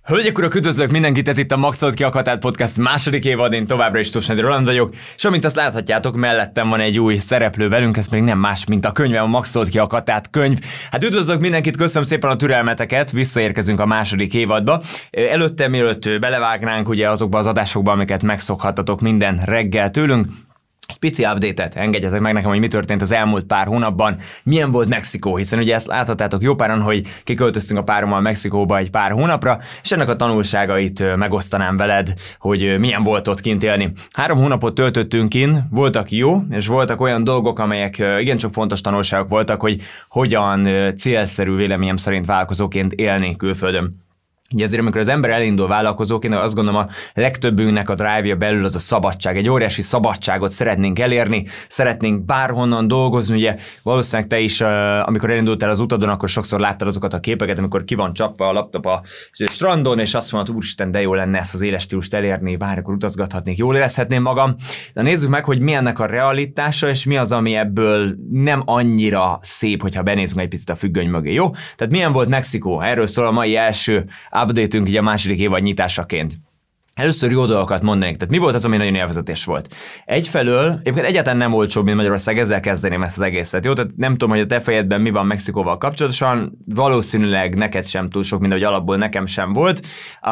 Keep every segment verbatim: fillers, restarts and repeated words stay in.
Hölgyek, urak, üdvözlök mindenkit, ez itt a Maxolt ki a Katát Podcast második évad, én továbbra is Tusnádi Roland vagyok, és amint azt láthatjátok, mellettem van egy új szereplő velünk, ez pedig nem más, mint a könyvem, a Maxolt ki a Katát könyv. Hát üdvözlök mindenkit, köszönöm szépen a türelmeteket, visszaérkezünk a második évadba. Előtte, mielőtt belevágnánk ugye azokba az adásokba, amiket megszokhattatok minden reggel tőlünk, egy pici update-et engedjetek meg nekem, hogy mi történt az elmúlt pár hónapban, milyen volt Mexikó, hiszen ugye ezt láthattátok jó páran, hogy kiköltöztünk a párommal Mexikóba egy pár hónapra, és ennek a tanulságait megosztanám veled, hogy milyen volt ott kint élni. Három hónapot töltöttünk in, voltak jó, és voltak olyan dolgok, amelyek igencsak fontos tanulságok voltak, hogy hogyan célszerű véleményem szerint vállalkozóként élni külföldön. Ugye azért, amikor az ember elindul vállalkozóként, azt gondolom a legtöbbünknek a drive-ja belül az a szabadság. Egy óriási szabadságot szeretnénk elérni, szeretnénk bárhonnan dolgozni. Ugye valószínűleg te is, amikor elindultál az utadon, akkor sokszor láttad azokat a képeket, amikor ki van csapva a laptop a strandon, és azt mondod, úristen, de jó lenne ezt az éles stílust elérni, bármikor utazgathatnék, jól érezhetném magam. De nézzük meg, hogy mi ennek a realitása, és mi az, ami ebből nem annyira szép, hogyha benézünk egy picit a függöny mögé, jó? Tehát milyen volt Mexikó? Erről szól a mai első update-ünk így a második évad nyitásaként. Először jó dolgokat mondanék. Tehát mi volt az, ami nagyon élvezetes volt? Egyfelől, egyébként egyáltalán nem olcsóbb, mint Magyarország, ezzel kezdeném ezt az egészet, jó? Tehát nem tudom, hogy a te fejedben mi van Mexikóval kapcsolatosan, valószínűleg neked sem túl sok, mint ahogy alapból nekem sem volt.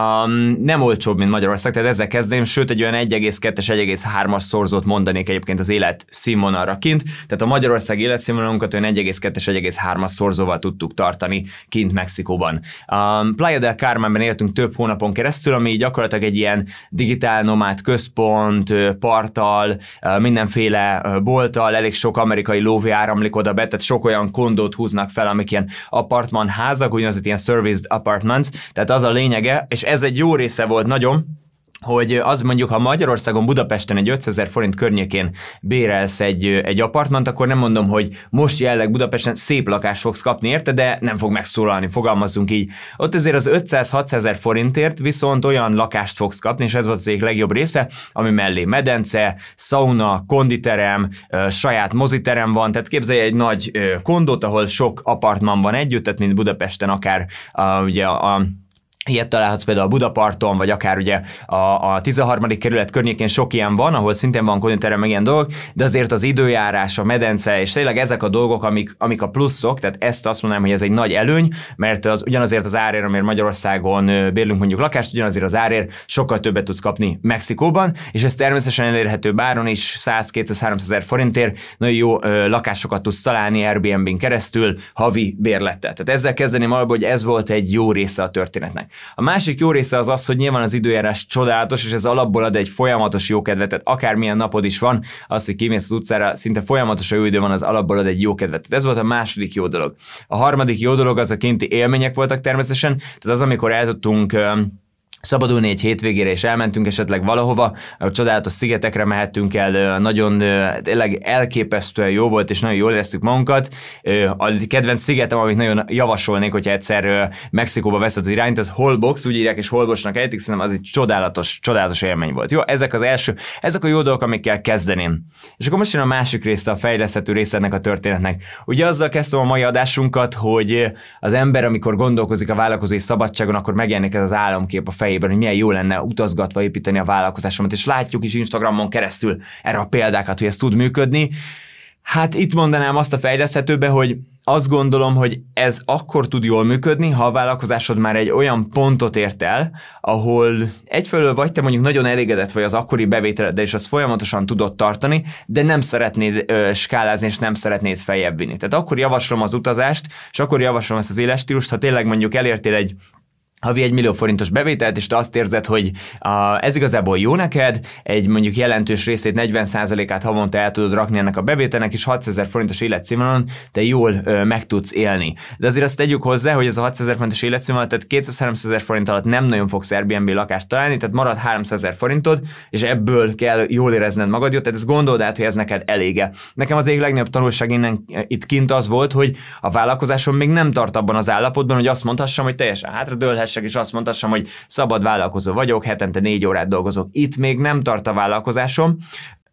Um, nem olcsóbb, mint Magyarország, tehát ezzel kezdeném, sőt egy olyan egy egész kettes, egy egész hármas szorzót mondanék egyébként az élet színvonalra kint. Tehát a Magyarország életszínvonalunkat olyan egy egész kettes, egy egész hármas szorzóval tudtuk tartani kint Mexikóban. Um, Playa del Carmenben éltünk több hónapon keresztül, ami gyakorlatilag egy ilyen digitál nomád központ, parttal, mindenféle bolttal, elég sok amerikai lóvé áramlik oda be, tehát sok olyan kondót húznak fel, amik ilyen apartman házak, úgynevezett ilyen serviced apartments, tehát az a lényege, és ez egy jó része volt nagyon, hogy az mondjuk, ha Magyarországon, Budapesten egy ötszázezer forint környékén bérelsz egy, egy apartmant, akkor nem mondom, hogy most jelenleg Budapesten szép lakást fogsz kapni érte, de nem fog megszólalni, fogalmazzunk így. Ott azért az ötszáz-hatszázezer forintért viszont olyan lakást fogsz kapni, és ez volt az egyik legjobb része, ami mellé medence, sauna, konditerem, saját moziterem van, tehát képzelj egy nagy kondót, ahol sok apartman van együtt, tehát mint Budapesten akár a, ugye a ilyet találhatsz például a Budaparton, vagy akár ugye a, a tizenharmadik kerület környékén sok ilyen van, ahol szintén van konditerem, meg ilyen dolgok, de azért az időjárás, a medence, és tényleg ezek a dolgok, amik, amik a pluszok, tehát ezt azt mondanám, hogy ez egy nagy előny, mert az, ugyanazért az árért, amért Magyarországon bérlünk mondjuk lakást, ugyanazért az árért sokkal többet tudsz kapni Mexikóban, és ez természetesen elérhető báron is száz-kétszáz-háromszázezer forintért nagyon jó ö, lakásokat tudsz találni Airbnb-n keresztül havi bérlettel. Tehát ezzel kezdeném abból, hogy ez volt egy jó része a történetnek. A másik jó része az az, hogy nyilván az időjárás csodálatos, és ez alapból ad egy folyamatos jó kedvet, tehát akármilyen napod is van, az, hogy kimész az utcára, szinte folyamatosan jó idő van, az alapból ad egy jó kedvet. Tehát ez volt a második jó dolog. A harmadik jó dolog az a kinti élmények voltak természetesen, tehát az, amikor el tudtunk szabadulni egy hétvégére, és elmentünk esetleg valahova, a csodálatos szigetekre mehettünk el, nagyon tényleg elképesztően jó volt, és nagyon jól éreztük magunkat. A kedvenc szigetem, amit nagyon javasolnék, hogyha egyszer Mexikóba veszed az irányt, az Holbox, úgy írják, és Holboxnak ejtik, szerintem az egy csodálatos, csodálatos élmény volt. Jó, ezek az első, ezek a jó dolgok, amikkel kezdeném. És akkor most jön a másik része, a fejleszthető része ennek a történetnek. Ugye azzal kezdtem a mai adásunkat, hogy az ember, amikor gondolkozik a vállalkozói szabadságon, akkor megjelenik ez az álomkép a fejében, hogy milyen jó lenne utazgatva építeni a vállalkozásomat, és látjuk is Instagramon keresztül erre a példákat, hogy ez tud működni. Hát itt mondanám azt a fejleszthetőbe, hogy azt gondolom, hogy ez akkor tud jól működni, ha a vállalkozásod már egy olyan pontot ért el, ahol egyfelől vagy te mondjuk nagyon elégedett vagy az akkori bevételeddel, és azt folyamatosan tudod tartani, de nem szeretnéd ö, skálázni, és nem szeretnéd feljebb vinni. Tehát akkor javaslom az utazást, és akkor javaslom ezt az életstílust, ha tényleg mondjuk elértél egy havi egy millió forintos bevételt, és te azt érzed, hogy uh, ez igazából jó neked, egy mondjuk jelentős részét, negyven százalékát havonta el tudod rakni ennek a bevételnek, és hatszázezer forintos életszínvonalon te jól uh, meg tudsz élni. De azért azt tegyük hozzá, hogy ez a hatszázezer forintos életszínvonal, tehát kétszáz-háromszázezer forint alatt nem nagyon fogsz Airbnb lakást találni, tehát marad háromszázezer forintod, és ebből kell jól érezned magad, jó? Tehát ezt gondold át, hogy ez neked elége. Nekem az egyik legnagyobb tanulság innen itt kint az volt, hogy a vállalkozásom még nem tart abban az állapotban, hogy azt mondhassam, hogy teljesen hátradőlhet, és azt mondhassam, hogy szabad vállalkozó vagyok, hetente négy órát dolgozok. Itt még nem tart a vállalkozásom,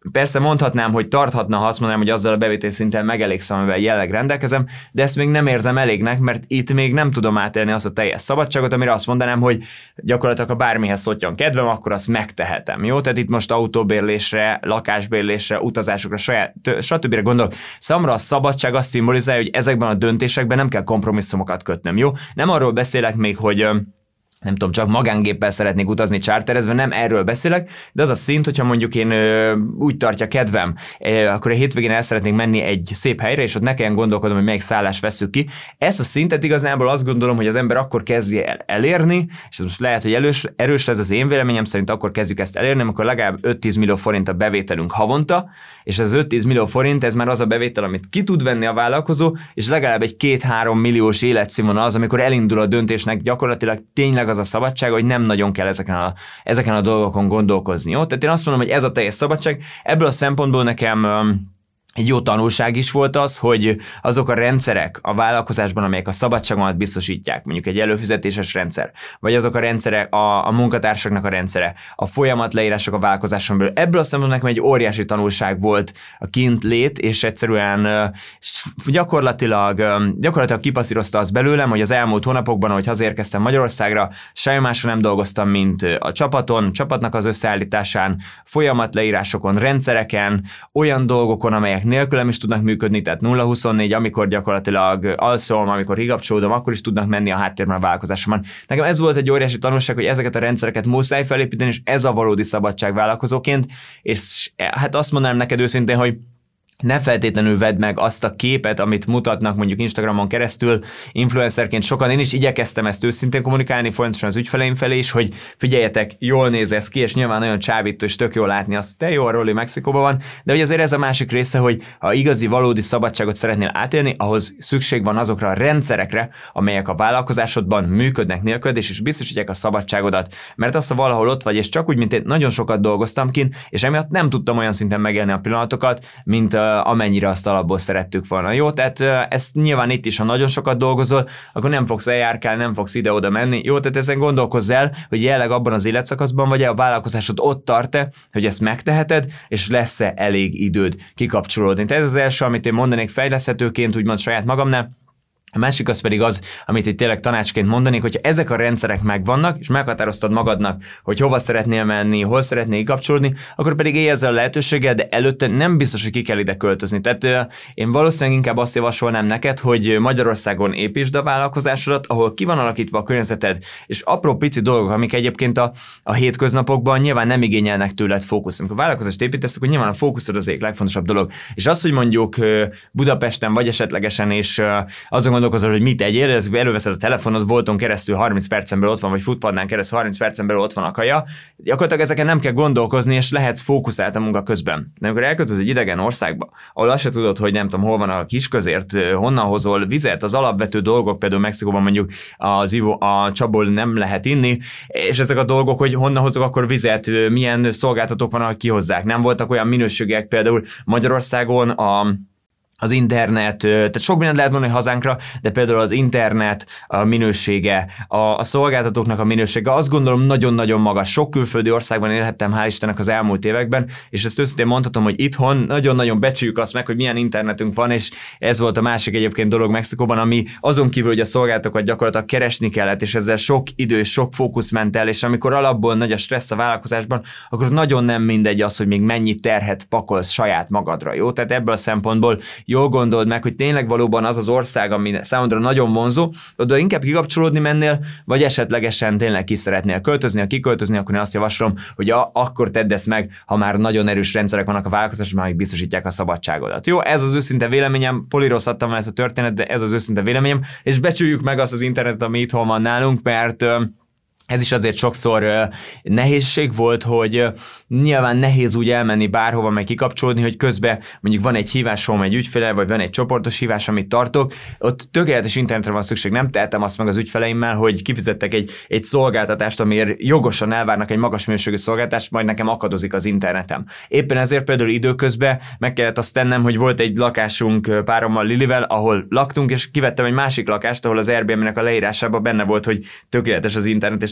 persze mondhatnám, hogy tarthatna, ha azt mondanám, hogy azzal a bevétel szinten megelégszem, amivel jelenleg rendelkezem, de ezt még nem érzem elégnek, mert itt még nem tudom átélni azt a teljes szabadságot, amire azt mondanám, hogy gyakorlatilag ha bármihez szotjon kedvem, akkor azt megtehetem. Jó, tehát itt most autóbérlésre, lakásbérlésre, utazásokra, saját, stb. Gondolok. Számomra a szabadság azt szimbolizálja, hogy ezekben a döntésekben nem kell kompromisszumokat kötnöm. Jó, nem arról beszélek még, hogy nem tudom, csak magángéppel szeretnék utazni charterezve, nem erről beszélek, de az a szint, hogyha mondjuk én ö, úgy tartja kedvem, ö, akkor a hétvégén el szeretnék menni egy szép helyre, és ott ne kelljen gondolkodnom, hogy melyik szállást vesszük ki. Ezt a szintet igazából azt gondolom, hogy az ember akkor kezdje el elérni, és ez most lehet, hogy erős, erős lesz az én véleményem szerint, akkor kezdjük ezt elérni, amikor legalább öt-tíz millió forint a bevételünk havonta, és ez az öt-tíz millió forint, ez már az a bevétel, amit ki tud venni a vállalkozó, és legalább egy két-három milliós életszínvonal az, amikor elindul a döntésnek gyakorlatilag tényleg az a szabadság, hogy nem nagyon kell ezeken a, ezeken a dolgokon gondolkozni. Jó? Tehát én azt mondom, hogy ez a teljes szabadság. Ebből a szempontból nekem egy jó tanulság is volt az, hogy azok a rendszerek a vállalkozásban, amelyek a szabadságomat biztosítják, mondjuk egy előfizetéses rendszer, vagy azok a rendszerek, a, a munkatársaknak a rendszere, a folyamatleírások a vállalkozáson belül. Ebből a szempontból nekem egy óriási tanulság volt a kint lét, és egyszerűen gyakorlatilag, gyakorlatilag kipasszírozta azt belőlem, hogy az elmúlt hónapokban, ahogy hazérkeztem Magyarországra, semmi máson nem dolgoztam, mint a csapaton, csapatnak az összeállításán, folyamatleírásokon, rendszereken, olyan dolgokon, amelyek nélkülem is tudnak működni, tehát nulla huszonnégy, amikor gyakorlatilag alszom, amikor kikapcsolódom, akkor is tudnak menni a háttérben a vállalkozásomban. Nekem ez volt egy óriási tanulság, hogy ezeket a rendszereket muszáj felépíteni, és ez a valódi szabadság vállalkozóként, és hát azt mondanám neked őszintén, hogy ne feltétlenül vedd meg azt a képet, amit mutatnak mondjuk Instagramon keresztül, influencerként sokan, én is igyekeztem ezt őszintén kommunikálni, folyamatosan az ügyfeleim felé is, hogy figyeljetek, jól néz ez ki, és nyilván nagyon csábító, és tök jól látni azt, te jó, a Rolli Mexikóban van, de hogy azért ez a másik része, hogy ha igazi, valódi szabadságot szeretnél átélni, ahhoz szükség van azokra a rendszerekre, amelyek a vállalkozásodban működnek nélküled, és is biztosítják a szabadságodat. Mert azt, ha valahol ott vagy, és csak úgy, mint én nagyon sokat dolgoztam kint, és emiatt nem tudtam olyan szinten megélni a pillanatokat, mint amennyire azt alapból szerettük volna. Jó, tehát ezt nyilván itt is, ha nagyon sokat dolgozol, akkor nem fogsz eljárkálni, nem fogsz ide-oda menni. Jó, tehát ezen gondolkozz el, hogy jelenleg abban az életszakaszban vagy, a vállalkozásod ott tart-e, hogy ezt megteheted, és lesz-e elég időd kikapcsolódni. Tehát ez az első, amit én mondanék fejleszthetőként, úgymond saját magamnál. A másik az pedig az, amit itt tényleg tanácsként mondanék, hogyha ezek a rendszerek megvannak, és meghatároztad magadnak, hogy hova szeretnél menni, hol szeretnél kapcsolódni, akkor pedig élj ezzel a lehetőséggel, de előtte nem biztos, hogy ki kell ide költözni. Tehát euh, én valószínűleg inkább azt javasolnám neked, hogy Magyarországon építsd a vállalkozásodat, ahol ki van alakítva a környezeted, és apró pici dolgok, amik egyébként a, a hétköznapokban nyilván nem igényelnek tőled fókusz. Amikor vállalkozást építesz, akkor nyilván a fókuszod az egyik legfontosabb dolog. És az, hogy mondjuk Budapesten vagy esetlegesen, és azon gondolkozol, hogy mit tegyél, előveszed a telefonod, Volton keresztül harminc percen belül ott van, vagy Foodpadnán keresztül harminc percen belül ott van a kaja. Gyakorlatilag ezeken nem kell gondolkozni, és lehetsz fókuszált a munka közben. De amikor elköltözöl egy idegen országba, ahol azt se tudod, hogy nem tudom, hol van a kisközért, honnan hozol vizet, az alapvető dolgok, például Mexikóban mondjuk az ivó, a csapból nem lehet inni, és ezek a dolgok, hogy honnan hozok akkor vizet, milyen szolgáltatók van, ahol kihozzák. Nem voltak olyan minőségek például Magyarországon a az internet, tehát sok mindent lehet mondani hazánkra, de például az internet a minősége, a, a szolgáltatóknak a minősége, azt gondolom nagyon-nagyon magas. Sok külföldi országban élhettem, hál' Istennek az elmúlt években, és ezt őszintén mondhatom, hogy itthon nagyon-nagyon becsüljük azt meg, hogy milyen internetünk van, és ez volt a másik egyébként dolog Mexikóban, ami azon kívül, hogy a szolgáltatókat gyakorlatilag keresni kellett, és ezzel sok idő és sok fókusz ment el, és amikor alapból nagy a stressz a vállalkozásban, akkor nagyon nem mindegy az, hogy még mennyi terhet pakolsz saját magadra, jó? Tehát ebből a szempontból jól gondold meg, hogy tényleg valóban az az ország, ami számodra nagyon vonzó, oda inkább kikapcsolódni mennél, vagy esetlegesen tényleg ki szeretnél költözni, ha kiköltözni, akkor én azt javaslom, hogy a, akkor tedd ezt meg, ha már nagyon erős rendszerek vannak a vállalkozásban, amik biztosítják a szabadságodat. Jó, ez az őszinte véleményem, polirosz adtam el ezt a történet, de ez az őszinte véleményem, és becsüljük meg azt az internetet, ami itthon van nálunk, mert ez is azért sokszor uh, nehézség volt, hogy uh, nyilván nehéz úgy elmenni bárhova, meg kikapcsolódni, hogy közben mondjuk van egy hívásom egy ügyfele, vagy van egy csoportos hívás, amit tartok, ott tökéletes internetre van szükség. Nem tehetem azt meg az ügyfeleimmel, hogy kifizettek egy, egy szolgáltatást, amiért jogosan elvárnak egy magas minőségű szolgáltást, majd nekem akadozik az internetem. Éppen ezért például időközben meg kellett azt tennem, hogy volt egy lakásunk párommal, Lilivel, ahol laktunk, és kivettem egy másik lakást, ahol az Airbnb-nek a leírásában benne volt, hogy tökéletes az internet, és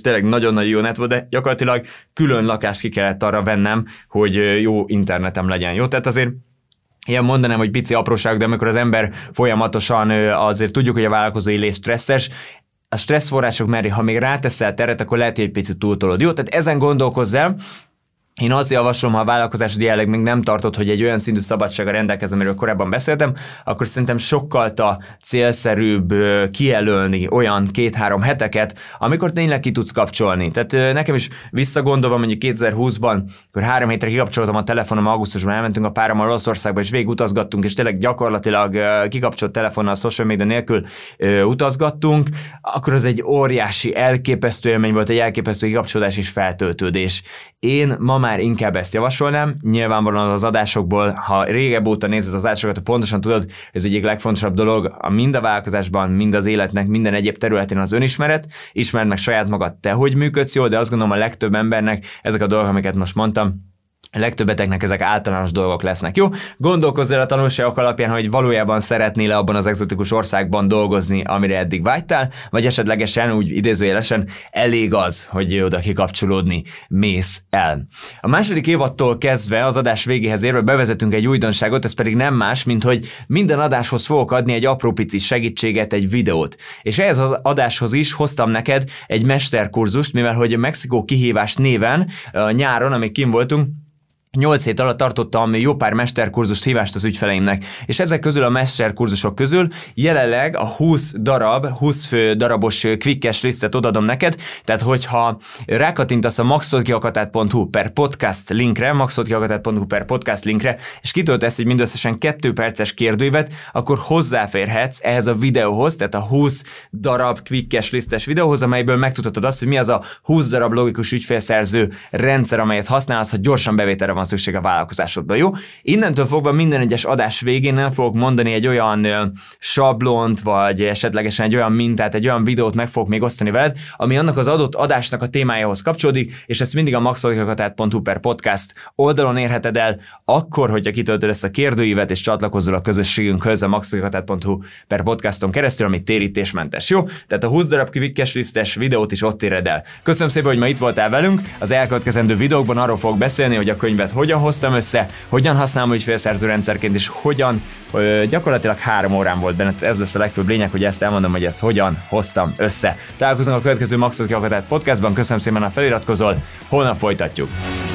tényleg nagyon-nagyon jó net volt, de gyakorlatilag külön lakást ki kellett arra vennem, hogy jó internetem legyen. Jó, tehát azért ilyen mondanám, hogy pici apróság, de amikor az ember folyamatosan, azért tudjuk, hogy a vállalkozói élet stresszes, a stresszforrások mellé, ha még ráteszel teret, akkor lehet, hogy egy picit túltolod. Jó, tehát ezen gondolkozz el. Én azt javaslom, ha a vállalkozásod jelenleg még nem tartott, hogy egy olyan szintű szabadsága rendelkezem, amiről korábban beszéltem, akkor szerintem sokkal célszerűbb kijelölni olyan két-három heteket, amikor tényleg ki tudsz kapcsolni. Tehát nekem is visszagondolva mondjuk kétezer-húszban, akkor három hétre kikapcsoltam a telefonom, augusztusban elmentünk a párommal Olaszországba, és végig utazgattunk, és tényleg gyakorlatilag kikapcsolt telefonnal, social media nélkül utazgattunk, akkor az egy óriási, elképesztő élmény volt, egy elképesztő kikapcsolódás és feltöltődés. Én ma már inkább ezt javasolnám, nyilvánvalóan az adásokból, ha régebb óta nézed az adásokat, pontosan tudod, ez egyik legfontosabb dolog a mind a vállalkozásban, mind az életnek, minden egyéb területén az önismeret, ismerd meg saját magad, te hogy működsz jól, de azt gondolom a legtöbb embernek ezek a dolgok, amiket most mondtam, a legtöbbeteknek ezek általános dolgok lesznek. Jó? Gondolkozz el a tanulságok alapján, hogy valójában szeretnél abban az egzotikus országban dolgozni, amire eddig vágytál, vagy esetlegesen úgy idézőjelesen elég az, hogy oda kikapcsolódni mész el. A második évadtól kezdve az adás végéhez érve bevezetünk egy újdonságot, ez pedig nem más, mint hogy minden adáshoz fogok adni egy apró pici segítséget, egy videót. És ehhez az adáshoz is hoztam neked egy mesterkurzust, mivel hogy a Mexikó kihívás néven nyáron, amíg kim voltunk, nyolc hét alatt tartottam jó pár mesterkurzust, hívást az ügyfeleimnek, és ezek közül a mesterkurzusok közül jelenleg a húsz darab, húsz fő darabos quickes lisztet odadom neked, tehát hogyha rákattintasz a maxoltkiakatát pont hu per podcast linkre, maxoltkiakatát pont hu per podcast linkre, és kitöltesz egy mindösszesen kettő perces kérdőívet, akkor hozzáférhetsz ehhez a videóhoz, tehát a húsz darab quickes lisztes videóhoz, amelyből megtudhatod azt, hogy mi az a húsz darab logikus ügyfélszerző rendszer, amelyet használsz, ha gyorsan bevételre van szükség a vállalkozásodban, jó? Innentől fogva minden egyes adás végén nem fogok mondani egy olyan ö, sablont, vagy esetlegesen egy olyan mintát, egy olyan videót meg fogok még osztani veled, ami annak az adott adásnak a témájához kapcsolódik, és ezt mindig a maxoltkiakatát pont hu per podcast oldalon érheted el, akkor, hogyha kitöltöd ezt a kérdőívet, és csatlakozol a közösségünkhöz a maxoltkiakatát pont hu per podcaston keresztül, ami térítésmentes, jó? Tehát a húsz darab quickes lisztes videót is ott éred el. Köszönöm szépen, hogy ma itt voltál velünk. Az elkövetkezendő videókban arról fogok beszélni, hogy a könyvet hogyan hoztam össze, hogyan használom ügyfélszerző rendszerként, és hogyan ö, gyakorlatilag három órán volt benne. Ez lesz a legfőbb lényeg, hogy ezt elmondom, hogy ezt hogyan hoztam össze. Találkozunk a következő Maxoltkiakatát podcastban, köszönöm szépen, ha feliratkozol, holnap folytatjuk.